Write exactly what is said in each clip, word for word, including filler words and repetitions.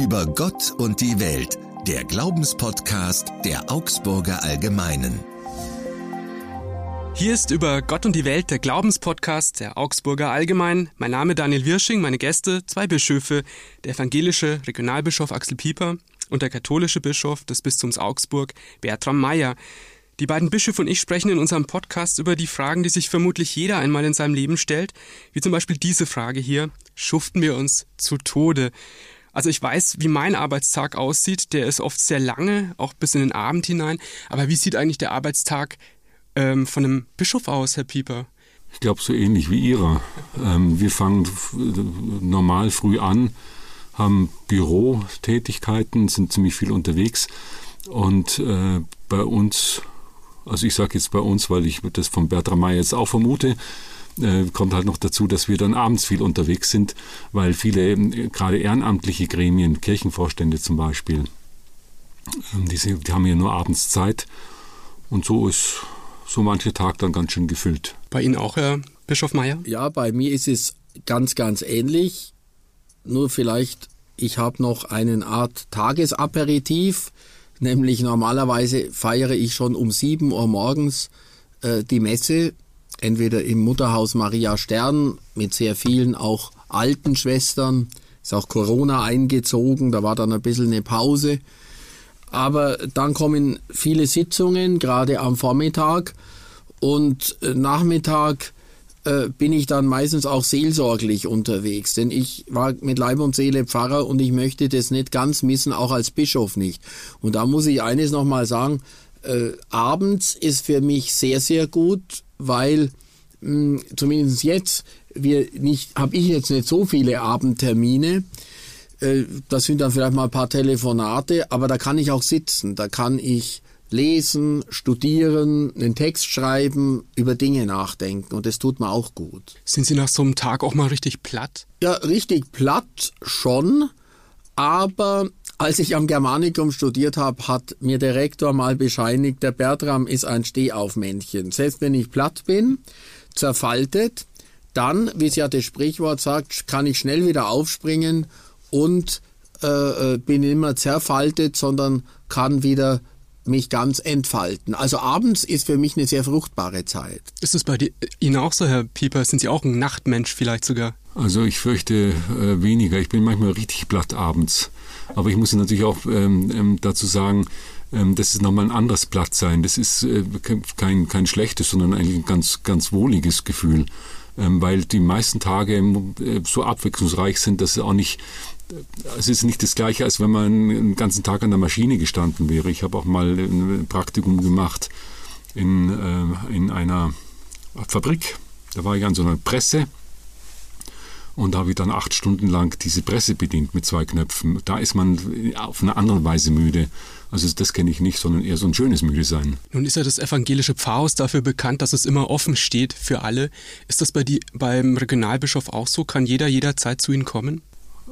Über Gott und die Welt, der Glaubenspodcast der Augsburger Allgemeinen. Hier ist Über Gott und die Welt, der Glaubenspodcast der Augsburger Allgemeinen. Mein Name Daniel Wirsching, meine Gäste, zwei Bischöfe, der evangelische Regionalbischof Axel Pieper und der katholische Bischof des Bistums Augsburg, Bertram Meyer. Die beiden Bischöfe und ich sprechen in unserem Podcast über die Fragen, die sich vermutlich jeder einmal in seinem Leben stellt, wie zum Beispiel diese Frage hier: Schuften wir uns zu Tode? Also ich weiß, wie mein Arbeitstag aussieht, der ist oft sehr lange, auch bis in den Abend hinein. Aber wie sieht eigentlich der Arbeitstag ähm, von einem Bischof aus, Herr Pieper? Ich glaube, so ähnlich wie Ihrer. Ähm, wir fangen f- normal früh an, haben Bürotätigkeiten, sind ziemlich viel unterwegs. Und äh, bei uns, also ich sage jetzt bei uns, weil ich das von Bertram Meyer jetzt auch vermute, äh, kommt halt noch dazu, dass wir dann abends viel unterwegs sind, weil viele äh, gerade ehrenamtliche Gremien, Kirchenvorstände zum Beispiel, äh, die, die haben ja nur abends Zeit. Und so ist so mancher Tag dann ganz schön gefüllt. Bei Ihnen auch, Herr Bischof Meyer? Ja, bei mir ist es ganz, ganz ähnlich. Nur vielleicht, ich habe noch eine Art Tagesaperitif, nämlich normalerweise feiere ich schon um sieben Uhr morgens äh, die Messe, entweder im Mutterhaus Maria Stern mit sehr vielen auch alten Schwestern. Ist auch Corona eingezogen, da war dann ein bisschen eine Pause. Aber dann kommen viele Sitzungen, gerade am Vormittag, und Nachmittag äh, bin ich dann meistens auch seelsorglich unterwegs, denn ich war mit Leib und Seele Pfarrer und ich möchte das nicht ganz missen, auch als Bischof nicht. Und da muss ich eines nochmal sagen, äh, abends ist für mich sehr, sehr gut, weil mh, zumindest jetzt wir nicht, habe ich jetzt nicht so viele Abendtermine. Das sind dann vielleicht mal ein paar Telefonate, aber da kann ich auch sitzen, da kann ich lesen, studieren, einen Text schreiben, über Dinge nachdenken und das tut mir auch gut. Sind Sie nach so einem Tag auch mal richtig platt? Ja, richtig platt schon, aber als ich am Germanicum studiert habe, hat mir der Rektor mal bescheinigt, der Bertram ist ein Stehaufmännchen. Selbst wenn ich platt bin, zerfaltet, dann, wie es ja das Sprichwort sagt, kann ich schnell wieder aufspringen und äh, bin nicht mehr zerfaltet, sondern kann wieder mich ganz entfalten. Also abends ist für mich eine sehr fruchtbare Zeit. Ist es bei die, Ihnen auch so, Herr Pieper? Sind Sie auch ein Nachtmensch vielleicht sogar? Also ich fürchte äh, weniger. Ich bin manchmal richtig platt abends. Aber ich muss natürlich auch ähm, dazu sagen, ähm, das ist nochmal ein anderes Plattsein. Das ist äh, kein, kein schlechtes, sondern eigentlich ein ganz, ganz wohliges Gefühl. Ähm, weil die meisten Tage äh, so abwechslungsreich sind, dass es auch nicht, es ist nicht das Gleiche, als wenn man einen ganzen Tag an der Maschine gestanden wäre. Ich habe auch mal ein Praktikum gemacht in, äh, in einer Fabrik. Da war ich an so einer Presse und da habe ich dann acht Stunden lang diese Presse bedient mit zwei Knöpfen. Da ist man auf eine andere Weise müde. Also das kenne ich nicht, sondern eher so ein schönes Müdesein. Nun ist ja das evangelische Pfarrhaus dafür bekannt, dass es immer offen steht für alle. Ist das bei die, beim Regionalbischof auch so? Kann jeder jederzeit zu Ihnen kommen?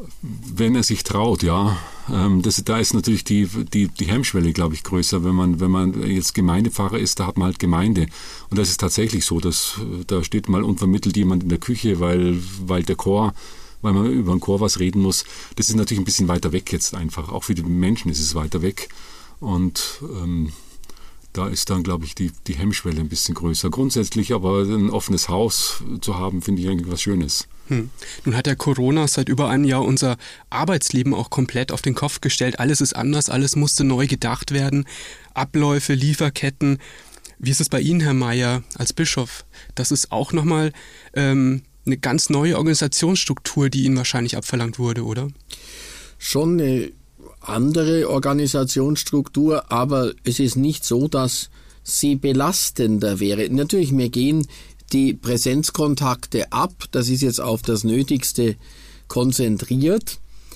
Wenn er sich traut, ja. Das, da ist natürlich die, die, die Hemmschwelle, glaube ich, größer. Wenn man, wenn man jetzt Gemeindepfarrer ist, da hat man halt Gemeinde. Und das ist tatsächlich so, dass da steht mal unvermittelt jemand in der Küche, weil, weil der Chor, weil man über den Chor was reden muss. Das ist natürlich ein bisschen weiter weg jetzt einfach. Auch für die Menschen ist es weiter weg. Und ähm, da ist dann, glaube ich, die, die Hemmschwelle ein bisschen größer. Grundsätzlich aber ein offenes Haus zu haben, finde ich eigentlich was Schönes. Hm. Nun hat ja Corona seit über einem Jahr unser Arbeitsleben auch komplett auf den Kopf gestellt. Alles ist anders, alles musste neu gedacht werden. Abläufe, Lieferketten. Wie ist es bei Ihnen, Herr Meyer, als Bischof? Das ist auch nochmal ähm, eine ganz neue Organisationsstruktur, die Ihnen wahrscheinlich abverlangt wurde, oder? Schon eine andere Organisationsstruktur, aber es ist nicht so, dass sie belastender wäre. Natürlich, mir gehen die Präsenzkontakte ab, das ist jetzt auf das Nötigste konzentriert,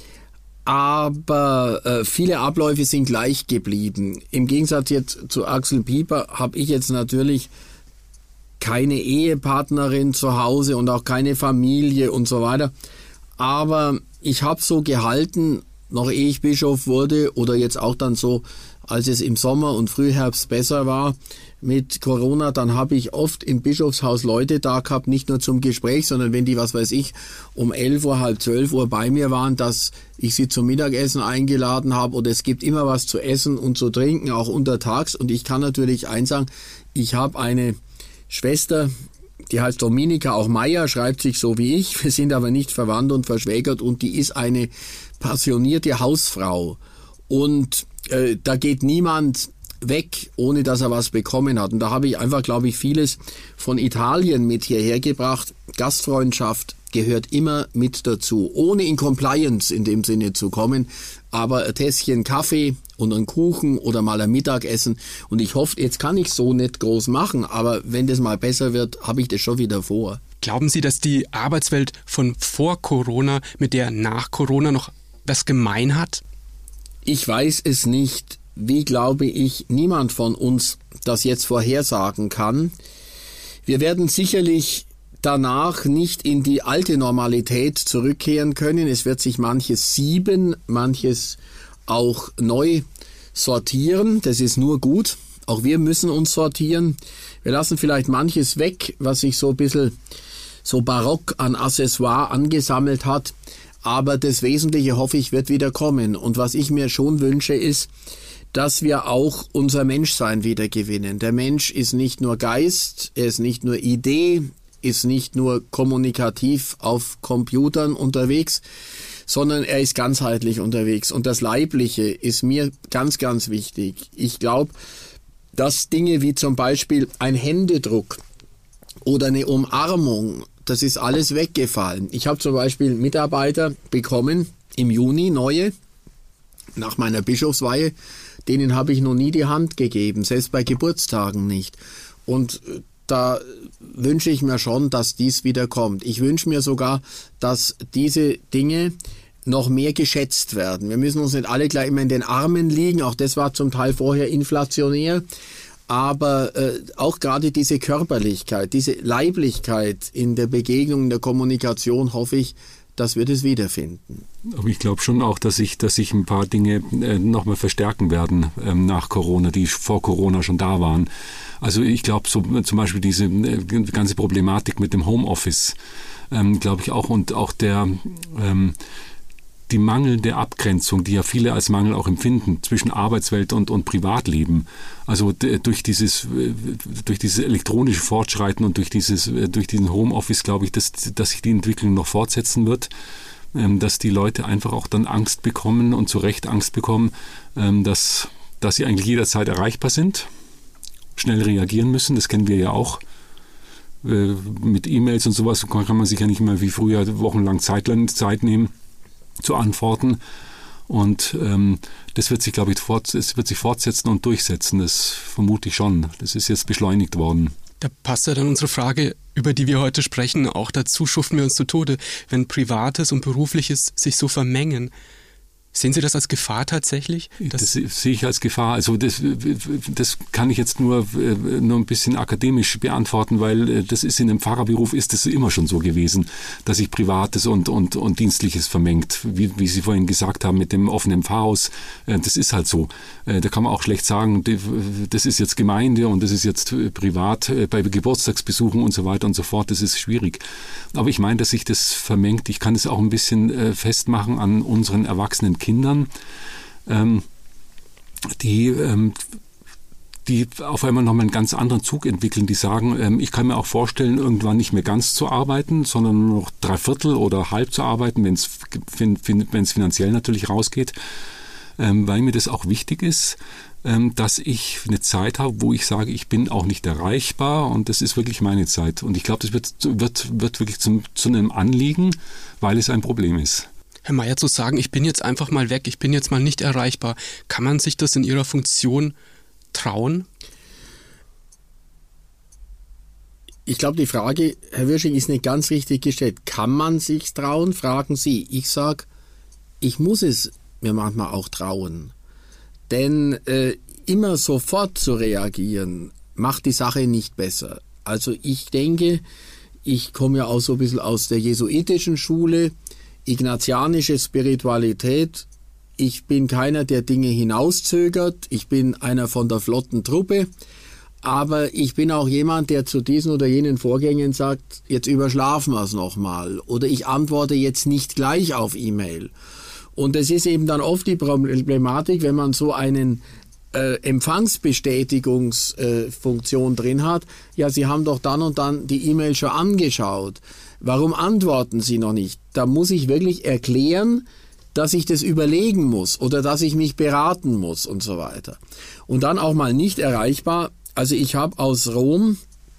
aber äh, viele Abläufe sind gleich geblieben. Im Gegensatz jetzt zu Axel Pieper habe ich jetzt natürlich keine Ehepartnerin zu Hause und auch keine Familie und so weiter, aber ich habe so gehalten, noch ehe ich Bischof wurde oder jetzt auch dann so, als es im Sommer und Frühherbst besser war mit Corona, dann habe ich oft im Bischofshaus Leute da gehabt, nicht nur zum Gespräch, sondern wenn die, was weiß ich, um elf Uhr, halb zwölf Uhr bei mir waren, dass ich sie zum Mittagessen eingeladen habe oder es gibt immer was zu essen und zu trinken, auch untertags. Und ich kann natürlich eins sagen, ich habe eine Schwester, die heißt Dominika, auch Meier, schreibt sich so wie ich. Wir sind aber nicht verwandt und verschwägert und die ist eine passionierte Hausfrau. Und äh, da geht niemand weg, ohne dass er was bekommen hat. Und da habe ich einfach, glaube ich, vieles von Italien mit hierher gebracht. Gastfreundschaft gehört immer mit dazu, ohne in Compliance in dem Sinne zu kommen. Aber ein Tässchen Kaffee und ein Kuchen oder mal ein Mittagessen. Und ich hoffe, jetzt kann ich so nicht groß machen, aber wenn das mal besser wird, habe ich das schon wieder vor. Glauben Sie, dass die Arbeitswelt von vor Corona mit der nach Corona noch was gemein hat? Ich weiß es nicht. Wie glaube ich, niemand von uns das jetzt vorhersagen kann. Wir werden sicherlich danach nicht in die alte Normalität zurückkehren können. Es wird sich manches sieben, manches auch neu sortieren. Das ist nur gut. Auch wir müssen uns sortieren. Wir lassen vielleicht manches weg, was sich so ein bisschen so barock an Accessoire angesammelt hat. Aber das Wesentliche, hoffe ich, wird wieder kommen. Und was ich mir schon wünsche, ist, dass wir auch unser Menschsein wieder gewinnen. Der Mensch ist nicht nur Geist, er ist nicht nur Idee, ist nicht nur kommunikativ auf Computern unterwegs, sondern er ist ganzheitlich unterwegs. Und das Leibliche ist mir ganz, ganz wichtig. Ich glaube, dass Dinge wie zum Beispiel ein Händedruck oder eine Umarmung, das ist alles weggefallen. Ich habe zum Beispiel Mitarbeiter bekommen im Juni, neue, nach meiner Bischofsweihe, denen habe ich noch nie die Hand gegeben, selbst bei Geburtstagen nicht. Und da wünsche ich mir schon, dass dies wieder kommt. Ich wünsche mir sogar, dass diese Dinge noch mehr geschätzt werden. Wir müssen uns nicht alle gleich immer in den Armen liegen, auch das war zum Teil vorher inflationär. Aber äh, auch gerade diese Körperlichkeit, diese Leiblichkeit in der Begegnung, in der Kommunikation, hoffe ich, dass wir das wiederfinden. Aber ich glaube schon auch, dass sich dass sich ein paar Dinge äh, nochmal verstärken werden ähm, nach Corona, die vor Corona schon da waren. Also ich glaube so zum Beispiel diese äh, ganze Problematik mit dem Homeoffice, ähm, glaube ich auch, und auch der ähm, die mangelnde Abgrenzung, die ja viele als Mangel auch empfinden, zwischen Arbeitswelt und, und Privatleben. Also d- durch dieses durch dieses elektronische Fortschreiten und durch dieses durch diesen Homeoffice, glaube ich, dass, dass sich die Entwicklung noch fortsetzen wird, ähm, dass die Leute einfach auch dann Angst bekommen und zu Recht Angst bekommen, ähm, dass, dass sie eigentlich jederzeit erreichbar sind, schnell reagieren müssen, das kennen wir ja auch. Äh, mit E-Mails und sowas kann man sich ja nicht mehr wie früher wochenlang Zeit, Zeit nehmen zu antworten, und ähm, das wird sich, glaube ich, fort, es wird sich fortsetzen und durchsetzen, das vermute ich schon. Das ist jetzt beschleunigt worden. Da passt ja dann unsere Frage, über die wir heute sprechen, auch dazu: Schuften wir uns zu Tode, wenn Privates und Berufliches sich so vermengen. Sehen Sie das als Gefahr tatsächlich? Das sehe ich als Gefahr. Also das, das kann ich jetzt nur, nur ein bisschen akademisch beantworten, weil das ist in einem Pfarrerberuf ist das immer schon so gewesen, dass sich Privates und, und, und Dienstliches vermengt. Wie, wie Sie vorhin gesagt haben mit dem offenen Pfarrhaus, das ist halt so. Da kann man auch schlecht sagen, das ist jetzt Gemeinde und das ist jetzt privat, bei Geburtstagsbesuchen und so weiter und so fort. Das ist schwierig. Aber ich meine, dass sich das vermengt. Ich kann es auch ein bisschen festmachen an unseren erwachsenen Kindern, ähm, die, ähm, die auf einmal nochmal einen ganz anderen Zug entwickeln, die sagen, ähm, ich kann mir auch vorstellen, irgendwann nicht mehr ganz zu arbeiten, sondern nur noch drei Viertel oder halb zu arbeiten, wenn es fin- fin- wenn es finanziell natürlich rausgeht, ähm, weil mir das auch wichtig ist, ähm, dass ich eine Zeit habe, wo ich sage, ich bin auch nicht erreichbar, und das ist wirklich meine Zeit. Und ich glaube, das wird, wird, wird wirklich zum, zu einem Anliegen, weil es ein Problem ist. Herr Meier, zu sagen, ich bin jetzt einfach mal weg, ich bin jetzt mal nicht erreichbar, kann man sich das in Ihrer Funktion trauen? Ich glaube, die Frage, Herr Wirsching, ist nicht ganz richtig gestellt. Kann man sich trauen, fragen Sie. Ich sage, ich muss es mir manchmal auch trauen. Denn äh, immer sofort zu reagieren, macht die Sache nicht besser. Also ich denke, ich komme ja auch so ein bisschen aus der jesuitischen Schule, ignatianische Spiritualität Ich bin keiner, der Dinge hinauszögert. Ich bin einer von der flotten Truppe. Aber ich bin auch jemand, der zu diesen oder jenen Vorgängen sagt, jetzt überschlafen wir es nochmal. Oder ich antworte jetzt nicht gleich auf E-Mail. Und es ist eben dann oft die Problematik, wenn man so einen äh, Empfangsbestätigungsfunktion äh, drin hat. Ja, Sie haben doch dann und dann die E-Mail schon angeschaut. Warum antworten Sie noch nicht? Da muss ich wirklich erklären, dass ich das überlegen muss oder dass ich mich beraten muss und so weiter. Und dann auch mal nicht erreichbar. Also ich habe aus Rom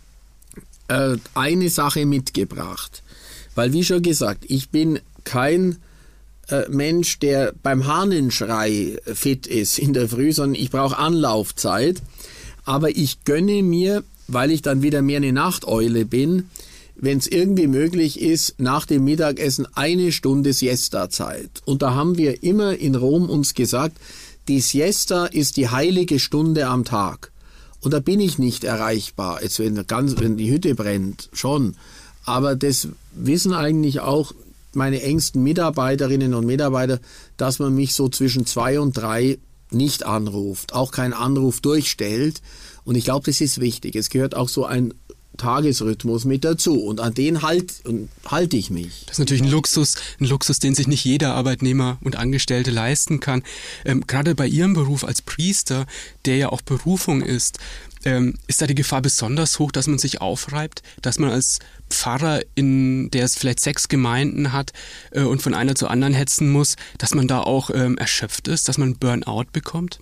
äh, eine Sache mitgebracht. Weil wie schon gesagt, ich bin kein äh, Mensch, der beim Hahnenschrei fit ist in der Früh, sondern ich brauche Anlaufzeit. Aber ich gönne mir, weil ich dann wieder mehr eine Nachteule bin, wenn es irgendwie möglich ist, nach dem Mittagessen eine Stunde Siesta-Zeit. Und da haben wir immer in Rom uns gesagt, die Siesta ist die heilige Stunde am Tag. Und da bin ich nicht erreichbar, jetzt wenn, ganz, wenn die Hütte brennt, schon. Aber das wissen eigentlich auch meine engsten Mitarbeiterinnen und Mitarbeiter, dass man mich so zwischen zwei und drei nicht anruft, auch keinen Anruf durchstellt. Und ich glaube, das ist wichtig. Es gehört auch so ein Tagesrhythmus mit dazu und an den halt, halte ich mich. Das ist natürlich ein Luxus, ein Luxus, den sich nicht jeder Arbeitnehmer und Angestellte leisten kann. Ähm, gerade bei Ihrem Beruf als Priester, der ja auch Berufung ist, ähm, ist da die Gefahr besonders hoch, dass man sich aufreibt, dass man als Pfarrer, in der es vielleicht sechs Gemeinden hat äh, und von einer zur anderen hetzen muss, dass man da auch ähm, erschöpft ist, dass man Burnout bekommt?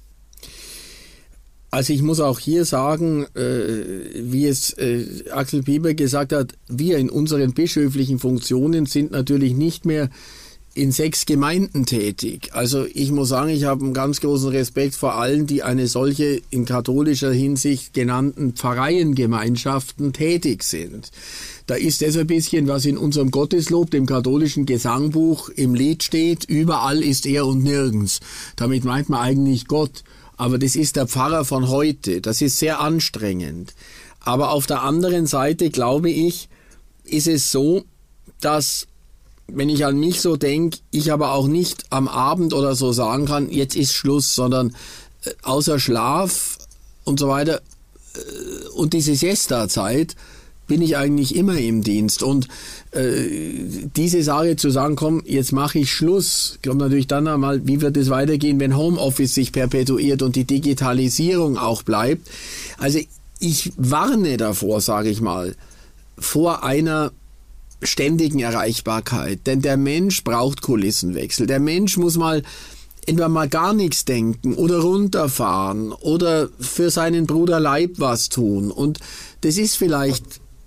Also ich muss auch hier sagen, äh, wie es äh, Axel Pieper gesagt hat, wir in unseren bischöflichen Funktionen sind natürlich nicht mehr in sechs Gemeinden tätig. Also ich muss sagen, ich habe einen ganz großen Respekt vor allen, die eine solche in katholischer Hinsicht genannten Pfarreiengemeinschaften tätig sind. Da ist das ein bisschen, was in unserem Gotteslob, dem katholischen Gesangbuch, im Lied steht, überall ist er und nirgends. Damit meint man eigentlich Gott. Aber das ist der Pfarrer von heute. Das ist sehr anstrengend. Aber auf der anderen Seite, glaube ich, ist es so, dass, wenn ich an mich so denke, ich aber auch nicht am Abend oder so sagen kann, jetzt ist Schluss, sondern äh, außer Schlaf und so weiter äh, und diese Siesta-Zeit bin ich eigentlich immer im Dienst. Und äh, diese Sache zu sagen, komm, jetzt mache ich Schluss, kommt natürlich dann einmal, wie wird es weitergehen, wenn Homeoffice sich perpetuiert und die Digitalisierung auch bleibt. Also ich warne davor, sage ich mal, vor einer ständigen Erreichbarkeit. Denn der Mensch braucht Kulissenwechsel. Der Mensch muss mal entweder mal gar nichts denken oder runterfahren oder für seinen Bruder Leib was tun. Und das ist vielleicht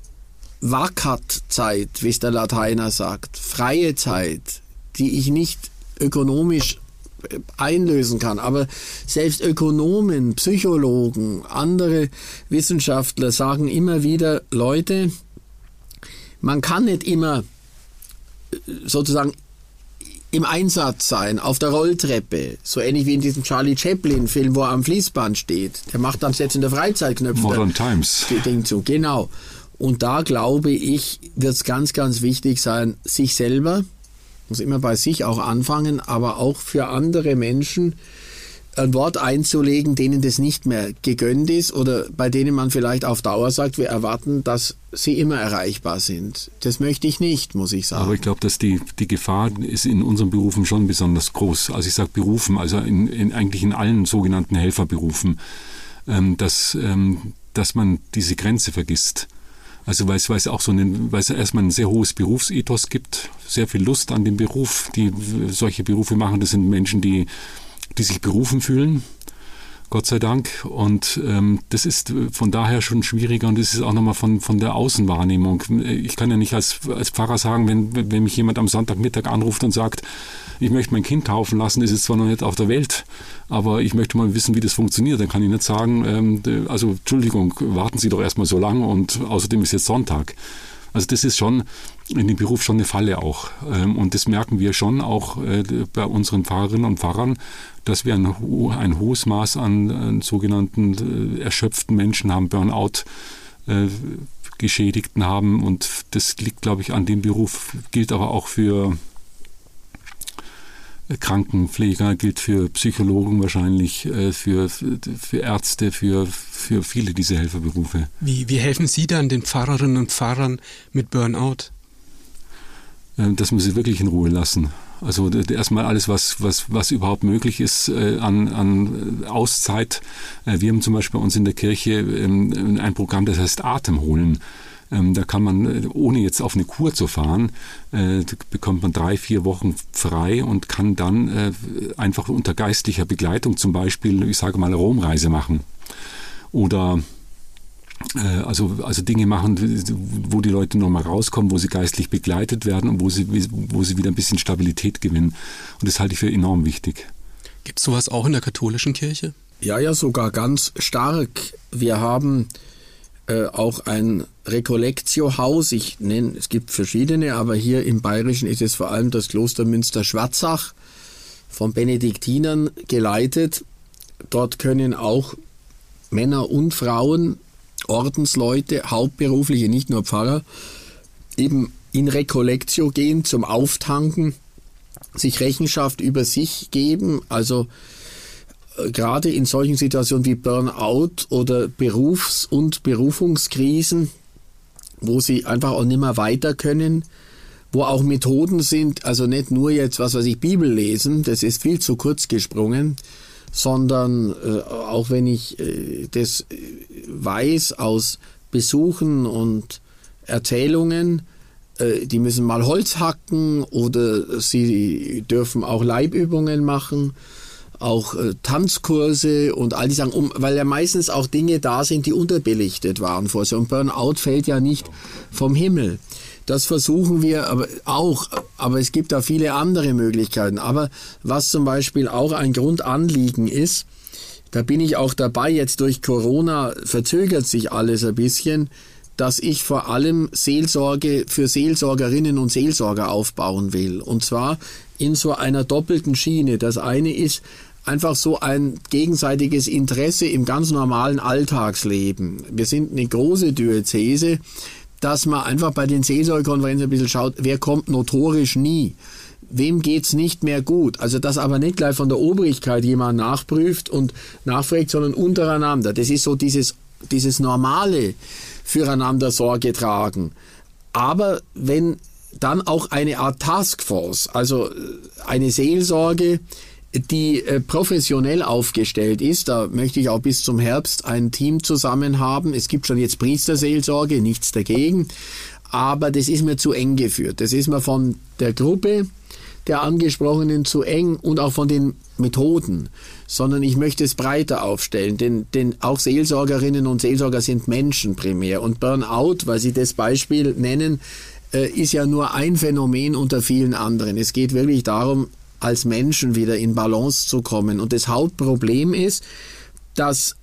Vacat-Zeit, wie es der Lateiner sagt, freie Zeit, die ich nicht ökonomisch einlösen kann. Aber selbst Ökonomen, Psychologen, andere Wissenschaftler sagen immer wieder, Leute, man kann nicht immer sozusagen im Einsatz sein, auf der Rolltreppe, so ähnlich wie in diesem Charlie Chaplin-Film, wo er am Fließband steht. Der macht dann jetzt in der Freizeit Knöpfe. Modern Times. Ding zu. Genau. Und da glaube ich, wird es ganz, ganz wichtig sein, sich selber, muss immer bei sich auch anfangen, aber auch für andere Menschen ein Wort einzulegen, denen das nicht mehr gegönnt ist oder bei denen man vielleicht auf Dauer sagt, wir erwarten, dass sie immer erreichbar sind. Das möchte ich nicht, muss ich sagen. Aber ich glaube, dass die, die Gefahr ist in unseren Berufen schon besonders groß. Also ich sage Berufen, also in, in, eigentlich in allen sogenannten Helferberufen, ähm, dass, ähm, dass man diese Grenze vergisst. Also weil es, weil es auch so einen, weil es erstmal ein sehr hohes Berufsethos gibt, sehr viel Lust an dem Beruf, die solche Berufe machen. Das sind Menschen, die, die sich berufen fühlen, Gott sei Dank. Und ähm, das ist von daher schon schwieriger und das ist auch nochmal von, von der Außenwahrnehmung. Ich kann ja nicht als, als Pfarrer sagen, wenn, wenn mich jemand am Sonntagmittag anruft und sagt, ich möchte mein Kind taufen lassen, ist es zwar noch nicht auf der Welt, aber ich möchte mal wissen, wie das funktioniert. Dann kann ich nicht sagen, ähm, also Entschuldigung, warten Sie doch erstmal so lange und außerdem ist jetzt Sonntag. Also das ist schon in dem Beruf schon eine Falle auch. Und das merken wir schon auch bei unseren Pfarrerinnen und Pfarrern, dass wir ein, ein hohes Maß an, an sogenannten erschöpften Menschen haben, Burnout-Geschädigten haben. Und das liegt, glaube ich, an dem Beruf, gilt aber auch für, Krankenpfleger, gilt für Psychologen wahrscheinlich, für, für Ärzte, für, für viele dieser Helferberufe. Wie, wie helfen Sie dann den Pfarrerinnen und Pfarrern mit Burnout? Dass wir sie wirklich in Ruhe lassen. Also erstmal alles, was, was, was überhaupt möglich ist äh, an, an Auszeit. Äh, wir haben zum Beispiel bei uns in der Kirche ähm, ein Programm, das heißt Atem holen. Ähm, da kann man, ohne jetzt auf eine Kur zu fahren, äh, bekommt man drei, vier Wochen frei und kann dann äh, einfach unter geistlicher Begleitung zum Beispiel, ich sage mal, eine Romreise machen. Oder Also, also Dinge machen, wo die Leute nochmal rauskommen, wo sie geistlich begleitet werden und wo sie, wo sie wieder ein bisschen Stabilität gewinnen. Und das halte ich für enorm wichtig. Gibt es sowas auch in der katholischen Kirche? Ja, ja, sogar ganz stark. Wir haben äh, auch ein Recollectio-Haus. Ich nenne, es gibt verschiedene, aber hier im Bayerischen ist es vor allem das Kloster Münster-Schwarzach von Benediktinern geleitet. Dort können auch Männer und Frauen, Ordensleute, Hauptberufliche, nicht nur Pfarrer, eben in Recollectio gehen, zum Auftanken, sich Rechenschaft über sich geben, also äh, gerade in solchen Situationen wie Burnout oder Berufs- und Berufungskrisen, wo sie einfach auch nicht mehr weiter können, wo auch Methoden sind, also nicht nur jetzt, was weiß ich, Bibel lesen, das ist viel zu kurz gesprungen, sondern äh, auch wenn ich äh, das weiß aus Besuchen und Erzählungen, äh, die müssen mal Holz hacken oder sie dürfen auch Leibübungen machen, auch äh, Tanzkurse und all die Sachen, um, weil ja meistens auch Dinge da sind, die unterbelichtet waren vorher. So ein Burnout fällt ja nicht vom Himmel. Das versuchen wir aber auch, aber es gibt da viele andere Möglichkeiten. Aber was zum Beispiel auch ein Grundanliegen ist, da bin ich auch dabei, jetzt durch Corona verzögert sich alles ein bisschen, dass ich vor allem Seelsorge für Seelsorgerinnen und Seelsorger aufbauen will. Und zwar in so einer doppelten Schiene. Das eine ist einfach so ein gegenseitiges Interesse im ganz normalen Alltagsleben. Wir sind eine große Diözese, dass man einfach bei den Seelsorgekonferenzen ein bisschen schaut, wer kommt notorisch nie, wem geht's nicht mehr gut. Also dass aber nicht gleich von der Obrigkeit jemand nachprüft und nachfragt, sondern untereinander. Das ist so dieses, dieses normale füreinander Sorge tragen. Aber wenn dann auch eine Art Taskforce, also eine Seelsorge, die äh, professionell aufgestellt ist. Da möchte ich auch bis zum Herbst ein Team zusammen haben. Es gibt schon jetzt Priesterseelsorge, nichts dagegen. Aber das ist mir zu eng geführt. Das ist mir von der Gruppe der Angesprochenen zu eng und auch von den Methoden. Sondern ich möchte es breiter aufstellen. Denn, denn auch Seelsorgerinnen und Seelsorger sind Menschen primär. Und Burnout, weil Sie das Beispiel nennen, äh, ist ja nur ein Phänomen unter vielen anderen. Es geht wirklich darum, als Menschen wieder in Balance zu kommen. Und das Hauptproblem ist, dass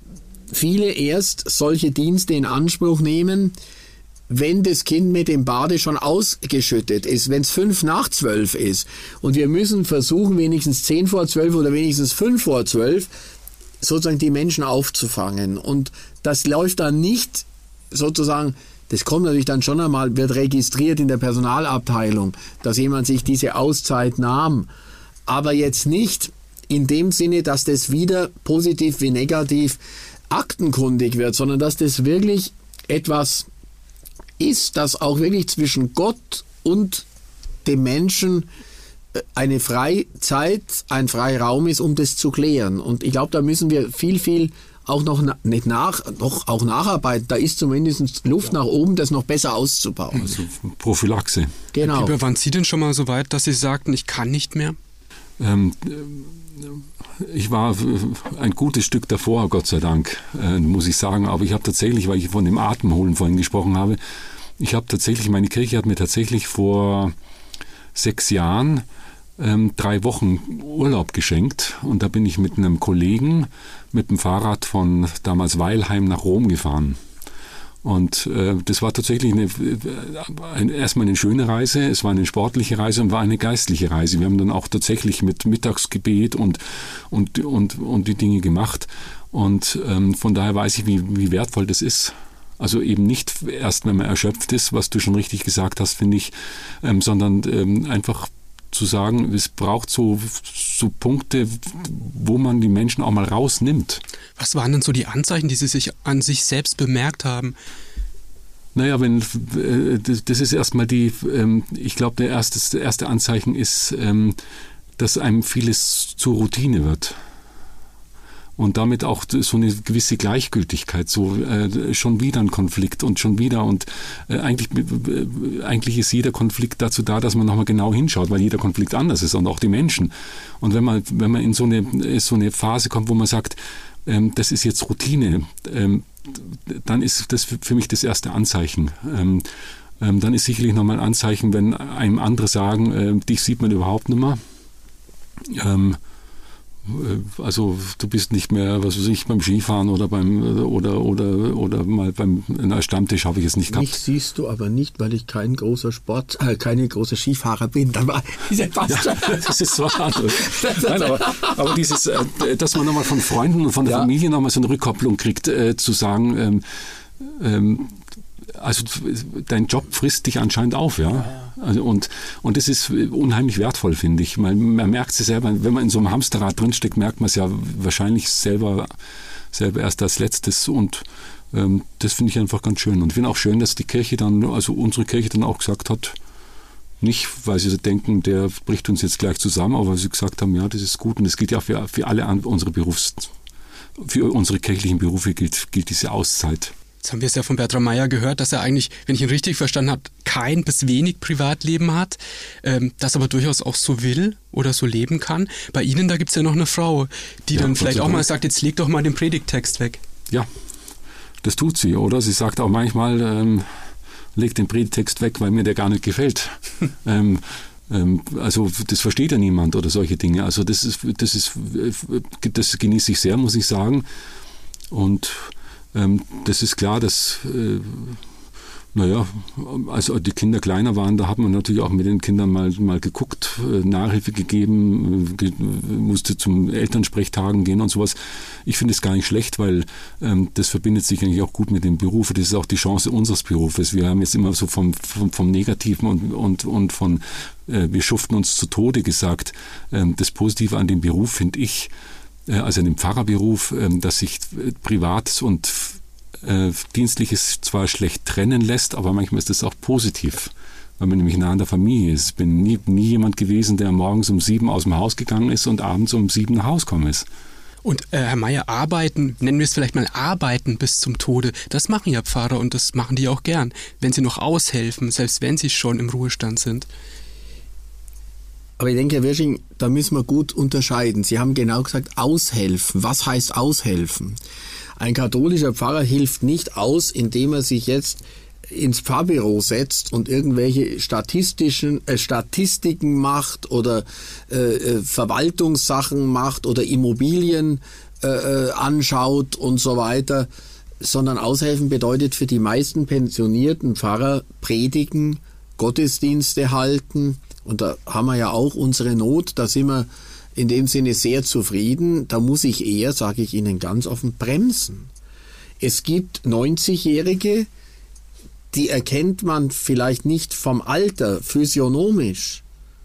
viele erst solche Dienste in Anspruch nehmen, wenn das Kind mit dem Bade schon ausgeschüttet ist, wenn es fünf nach zwölf ist. Und wir müssen versuchen, wenigstens zehn vor zwölf oder wenigstens fünf vor zwölf sozusagen die Menschen aufzufangen. Und das läuft dann nicht sozusagen. Das kommt natürlich dann schon einmal, wird registriert in der Personalabteilung, dass jemand sich diese Auszeit nahm. Aber jetzt nicht in dem Sinne, dass das wieder positiv wie negativ aktenkundig wird, sondern dass das wirklich etwas ist, das auch wirklich zwischen Gott und dem Menschen eine Freizeit, ein Freiraum ist, um das zu klären. Und ich glaube, da müssen wir viel, viel auch noch nicht nach, doch auch nacharbeiten. Da ist zumindest Luft nach oben, das noch besser auszubauen. Also Prophylaxe. Genau. Lieber, waren Sie denn schon mal so weit, dass Sie sagten, ich kann nicht mehr? Ähm, ich war ein gutes Stück davor, Gott sei Dank, äh, muss ich sagen. Aber ich habe tatsächlich, weil ich von dem Atemholen vorhin gesprochen habe, ich habe tatsächlich, meine Kirche hat mir tatsächlich vor sechs Jahren ähm, drei Wochen Urlaub geschenkt. Und da bin ich mit einem Kollegen mit dem Fahrrad von damals Weilheim nach Rom gefahren. Und äh, das war tatsächlich eine, eine, erstmal eine schöne Reise, es war eine sportliche Reise und war eine geistliche Reise. Wir haben dann auch tatsächlich mit Mittagsgebet und, und, und, und die Dinge gemacht. Und ähm, von daher weiß ich, wie, wie wertvoll das ist. Also eben nicht erst, wenn man erschöpft ist, was du schon richtig gesagt hast, finde ich, ähm, sondern ähm, einfach zu sagen, es braucht so, so Punkte, wo man die Menschen auch mal rausnimmt. Was waren denn so die Anzeichen, die Sie sich an sich selbst bemerkt haben? Naja, wenn, das ist erstmal die, ich glaube, der erste, das erste Anzeichen ist, dass einem vieles zur Routine wird. Und damit auch so eine gewisse Gleichgültigkeit, so äh, schon wieder ein Konflikt und schon wieder und äh, eigentlich, äh, eigentlich ist jeder Konflikt dazu da, dass man nochmal genau hinschaut, weil jeder Konflikt anders ist und auch die Menschen. Und wenn man, wenn man in so eine, so eine Phase kommt, wo man sagt, ähm, das ist jetzt Routine, ähm, dann ist das für mich das erste Anzeichen. Ähm, ähm, dann ist sicherlich nochmal ein Anzeichen, wenn einem andere sagen, äh, dich sieht man überhaupt nicht mehr. Ähm, Also du bist nicht mehr, was weiß ich, beim Skifahren oder beim oder oder oder mal beim na, Stammtisch habe ich es nicht gehabt. Mich siehst du aber nicht, weil ich kein großer Sport, äh, keine große Skifahrer bin. Dann war diese ja, das ist was anderes. Nein, aber, aber dieses, äh, dass man nochmal von Freunden und von der ja. Familie nochmal so eine Rückkopplung kriegt, äh, zu sagen, ähm, ähm, also dein Job frisst dich anscheinend auf, ja. Also und, und das ist unheimlich wertvoll, finde ich. Man, man merkt es selber, wenn man in so einem Hamsterrad drinsteckt, merkt man es ja wahrscheinlich selber, selber erst als letztes. Und ähm, das finde ich einfach ganz schön. Und ich finde auch schön, dass die Kirche dann, also unsere Kirche dann auch gesagt hat, nicht, weil sie so denken, der bricht uns jetzt gleich zusammen, aber weil sie gesagt haben, ja, das ist gut. Und das gilt ja für, für alle unsere Berufs, für unsere kirchlichen Berufe gilt, gilt diese Auszeit. Jetzt haben wir es ja von Bertram Meyer gehört, dass er eigentlich, wenn ich ihn richtig verstanden habe, kein bis wenig Privatleben hat, ähm, das aber durchaus auch so will oder so leben kann. Bei Ihnen, da gibt es ja noch eine Frau, die ja, dann vielleicht auch mal sagt, jetzt leg doch mal den Predigttext weg. Ja, das tut sie, oder? Sie sagt auch manchmal, ähm, leg den Predigttext weg, weil mir der gar nicht gefällt. ähm, ähm, also das versteht ja niemand oder solche Dinge. Also das ist, das ist, das genieße ich sehr, muss ich sagen. Und das ist klar, dass, äh, naja, als die Kinder kleiner waren, da hat man natürlich auch mit den Kindern mal, mal geguckt, äh, Nachhilfe gegeben, ge- musste zum Elternsprechtagen gehen und sowas. Ich finde es gar nicht schlecht, weil ähm, das verbindet sich eigentlich auch gut mit dem Beruf. Das ist auch die Chance unseres Berufes. Wir haben jetzt immer so vom, vom, vom Negativen und, und, und von äh, wir schuften uns zu Tode gesagt. Ähm, das Positive an dem Beruf finde ich, also in dem Pfarrerberuf, dass sich Privates und äh, Dienstliches zwar schlecht trennen lässt, aber manchmal ist das auch positiv, weil man nämlich nah an der Familie ist. Ich bin nie, nie jemand gewesen, der morgens um sieben aus dem Haus gegangen ist und abends um sieben nach Hause gekommen ist. Und äh, Herr Meyer, arbeiten, nennen wir es vielleicht mal arbeiten bis zum Tode, das machen ja Pfarrer und das machen die auch gern, wenn sie noch aushelfen, selbst wenn sie schon im Ruhestand sind. Aber ich denke, Herr Wirsching, da müssen wir gut unterscheiden. Sie haben genau gesagt, aushelfen. Was heißt aushelfen? Ein katholischer Pfarrer hilft nicht aus, indem er sich jetzt ins Pfarrbüro setzt und irgendwelche statistischen äh, Statistiken macht oder äh, Verwaltungssachen macht oder Immobilien äh, anschaut und so weiter, sondern aushelfen bedeutet für die meisten pensionierten Pfarrer predigen, Gottesdienste halten. Und da haben wir ja auch unsere Not, da sind wir in dem Sinne sehr zufrieden. Da muss ich eher, sage ich Ihnen ganz offen, bremsen. Es gibt neunzigjährige, die erkennt man vielleicht nicht vom Alter physiognomisch,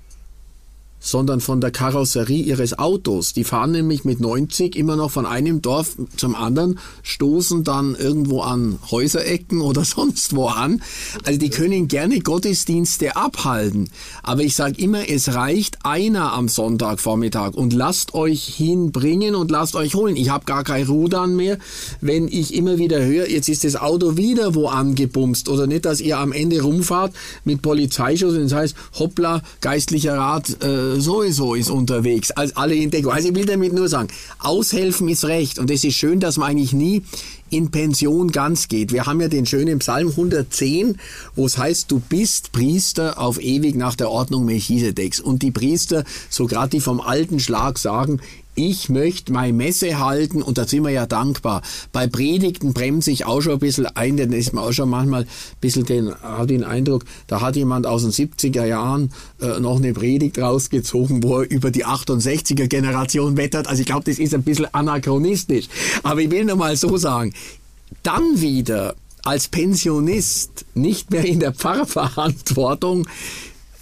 sondern von der Karosserie ihres Autos. Die fahren nämlich mit neunzig immer noch von einem Dorf zum anderen, stoßen dann irgendwo an Häuserecken oder sonst wo an. Also die können gerne Gottesdienste abhalten. Aber ich sage immer, es reicht einer am Sonntagvormittag und lasst euch hinbringen und lasst euch holen. Ich habe gar kein Rudern mehr, wenn ich immer wieder höre, jetzt ist das Auto wieder wo angebumst oder nicht, dass ihr am Ende rumfahrt mit Polizeischutz und das heißt, hoppla, geistlicher Rat, äh, sowieso ist unterwegs, als alle in Deckung. Also ich will damit nur sagen, aushelfen ist recht und es ist schön, dass man eigentlich nie in Pension ganz geht. Wir haben ja den schönen Psalm hundertzehn, wo es heißt, du bist Priester auf ewig nach der Ordnung Melchisedeks. Und die Priester, so gerade die vom alten Schlag sagen, ich möchte meine Messe halten und da sind wir ja dankbar. Bei Predigten bremse ich auch schon ein bisschen ein, denn ist man auch schon manchmal ein bisschen den, hat den Eindruck, da hat jemand aus den siebziger Jahren äh, noch eine Predigt rausgezogen, wo er über die achtundsechziger Generation wettert. Also ich glaube, das ist ein bisschen anachronistisch. Aber ich will nur mal so sagen, dann wieder als Pensionist nicht mehr in der Pfarrverantwortung,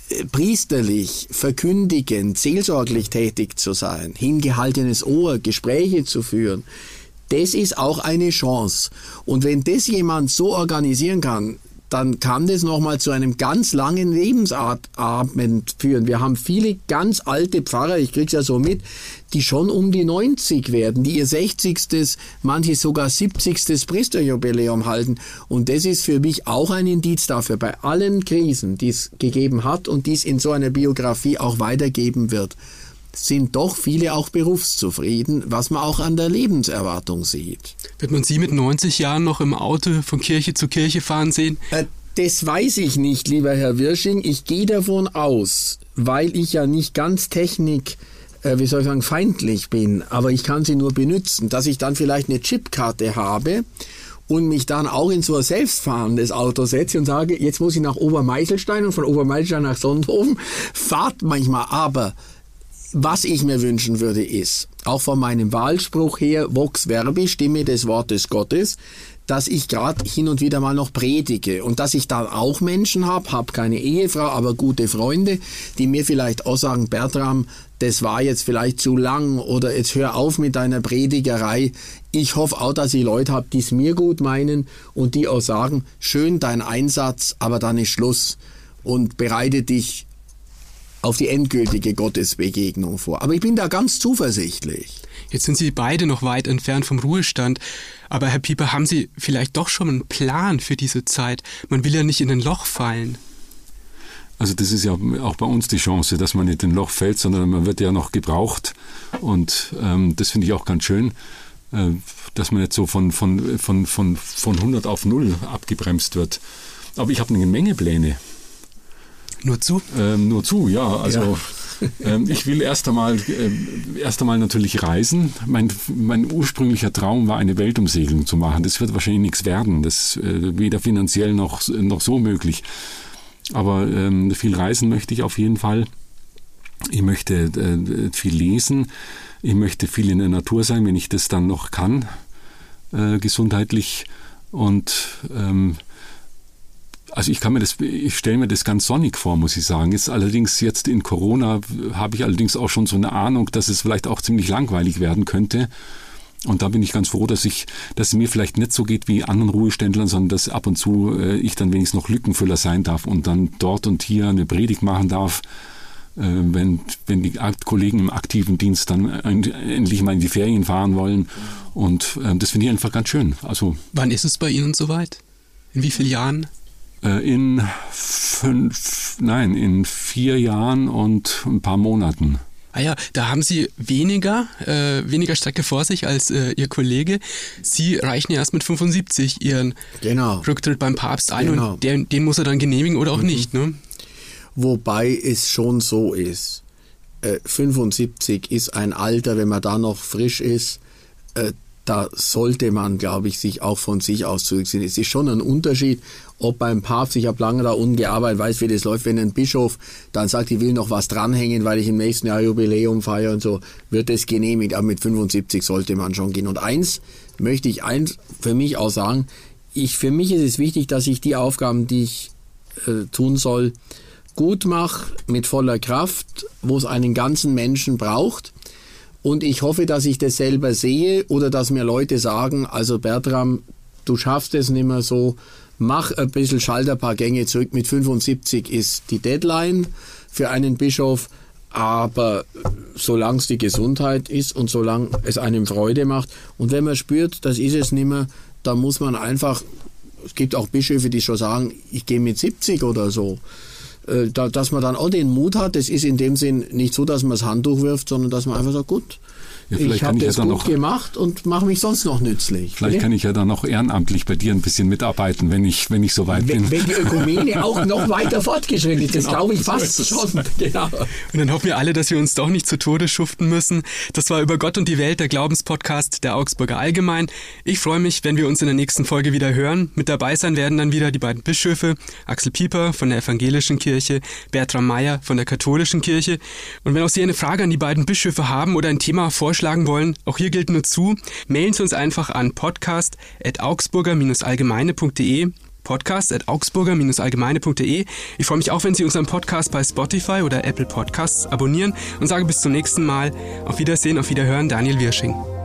priesterlich, verkündigend, seelsorglich tätig zu sein, hingehaltenes Ohr, Gespräche zu führen, das ist auch eine Chance. Und wenn das jemand so organisieren kann, dann kann das nochmal zu einem ganz langen Lebensabend führen. Wir haben viele ganz alte Pfarrer, ich krieg's ja so mit, die schon um die neunzig werden, die ihr sechzigstes, manche sogar siebzigstes Priesterjubiläum halten. Und das ist für mich auch ein Indiz dafür, bei allen Krisen, die es gegeben hat und die es in so einer Biografie auch weitergeben wird, sind doch viele auch berufszufrieden, was man auch an der Lebenserwartung sieht. Wird man Sie mit neunzig Jahren noch im Auto von Kirche zu Kirche fahren sehen? Äh, das weiß ich nicht, lieber Herr Wirsching. Ich gehe davon aus, weil ich ja nicht ganz Technik, äh, wie soll ich sagen, feindlich bin, aber ich kann sie nur benutzen, dass ich dann vielleicht eine Chipkarte habe und mich dann auch in so ein selbstfahrendes Auto setze und sage, jetzt muss ich nach Obermeißelstein und von Obermeißelstein nach Sonthofen. Fahrt manchmal, aber was ich mir wünschen würde, ist, auch von meinem Wahlspruch her, Vox Verbi, Stimme des Wortes Gottes, dass ich gerade hin und wieder mal noch predige und dass ich dann auch Menschen habe, habe keine Ehefrau, aber gute Freunde, die mir vielleicht auch sagen, Bertram, das war jetzt vielleicht zu lang oder jetzt hör auf mit deiner Predigerei. Ich hoffe auch, dass ich Leute habe, die es mir gut meinen und die auch sagen, schön dein Einsatz, aber dann ist Schluss und bereite dich auf die endgültige Gottesbegegnung vor. Aber ich bin da ganz zuversichtlich. Jetzt sind Sie beide noch weit entfernt vom Ruhestand. Aber Herr Pieper, haben Sie vielleicht doch schon einen Plan für diese Zeit? Man will ja nicht in ein Loch fallen. Also das ist ja auch bei uns die Chance, dass man nicht in ein Loch fällt, sondern man wird ja noch gebraucht. Und ähm, das finde ich auch ganz schön, äh, dass man nicht so von, von, von, von, von hundert auf null abgebremst wird. Aber ich habe eine Menge Pläne. Nur zu? Ähm, nur zu, ja. Also ja. ähm, ich will erst einmal, äh, erst einmal natürlich reisen. Mein, mein ursprünglicher Traum war, eine Weltumsegelung zu machen. Das wird wahrscheinlich nichts werden. Das ist äh, weder finanziell noch, noch so möglich. Aber ähm, viel reisen möchte ich auf jeden Fall. Ich möchte äh, viel lesen. Ich möchte viel in der Natur sein, wenn ich das dann noch kann, äh, gesundheitlich. Und ähm, Also ich kann mir das, ich stelle mir das ganz sonnig vor, muss ich sagen. Jetzt allerdings jetzt in Corona habe ich allerdings auch schon so eine Ahnung, dass es vielleicht auch ziemlich langweilig werden könnte. Und da bin ich ganz froh, dass ich, dass es mir vielleicht nicht so geht wie anderen Ruheständlern, sondern dass ab und zu äh, ich dann wenigstens noch Lückenfüller sein darf und dann dort und hier eine Predigt machen darf, äh, wenn, wenn die Kollegen im aktiven Dienst dann endlich mal in die Ferien fahren wollen. Und äh, das finde ich einfach ganz schön. Also, wann ist es bei Ihnen soweit? In wie vielen Jahren? In fünf, nein, in vier Jahren und ein paar Monaten. Ah ja, da haben Sie weniger, äh, weniger Strecke vor sich als äh, Ihr Kollege. Sie reichen ja erst mit fünfundsiebzig Ihren genau. Rücktritt beim Papst ein genau. und den, den muss er dann genehmigen oder auch mhm. nicht, ne? Wobei es schon so ist, äh, fünfundsiebzig ist ein Alter, wenn man da noch frisch ist, äh, da sollte man, glaube ich, sich auch von sich aus zurückziehen. Es ist schon ein Unterschied, ob beim Papst, ich habe lange da unten gearbeitet, weiß, wie das läuft, wenn ein Bischof dann sagt, ich will noch was dranhängen, weil ich im nächsten Jahr Jubiläum feiere und so, wird das genehmigt. Aber mit fünfundsiebzig sollte man schon gehen. Und eins möchte ich eins für mich auch sagen, ich, für mich ist es wichtig, dass ich die Aufgaben, die ich äh, tun soll, gut mache, mit voller Kraft, wo es einen ganzen Menschen braucht. Und ich hoffe, dass ich das selber sehe oder dass mir Leute sagen, also Bertram, du schaffst es nicht mehr so, mach ein bisschen, schalte ein paar Gänge zurück. Mit fünfundsiebzig ist die Deadline für einen Bischof, aber solange es die Gesundheit ist und solange es einem Freude macht und wenn man spürt, das ist es nicht mehr, dann muss man einfach, es gibt auch Bischöfe, die schon sagen, ich gehe mit siebzig oder so. Dass man dann auch den Mut hat, das ist in dem Sinn nicht so, dass man das Handtuch wirft, sondern dass man einfach sagt, gut, ja, ich habe das ja gut noch gemacht und mache mich sonst noch nützlich. Vielleicht ja? kann ich ja dann noch ehrenamtlich bei dir ein bisschen mitarbeiten, wenn ich, wenn ich so weit wenn, bin. Wenn die Ökumene auch noch weiter fortgeschritten ist, das genau, glaube ich fast so schon. Genau. Und dann hoffen wir alle, dass wir uns doch nicht zu Tode schuften müssen. Das war Über Gott und die Welt, der Glaubenspodcast der Augsburger Allgemein. Ich freue mich, wenn wir uns in der nächsten Folge wieder hören. Mit dabei sein werden dann wieder die beiden Bischöfe, Axel Pieper von der Evangelischen Kirche, Bertram Meyer von der Katholischen Kirche. Und wenn auch Sie eine Frage an die beiden Bischöfe haben oder ein Thema vorschlagen wollen, auch hier gilt nur zu, mailen Sie uns einfach an podcast at augsburger allgemeine punkt de, podcast at augsburger allgemeine punkt de. Ich freue mich auch, wenn Sie unseren Podcast bei Spotify oder Apple Podcasts abonnieren und sage bis zum nächsten Mal. Auf Wiedersehen, auf Wiederhören, Daniel Wirsching.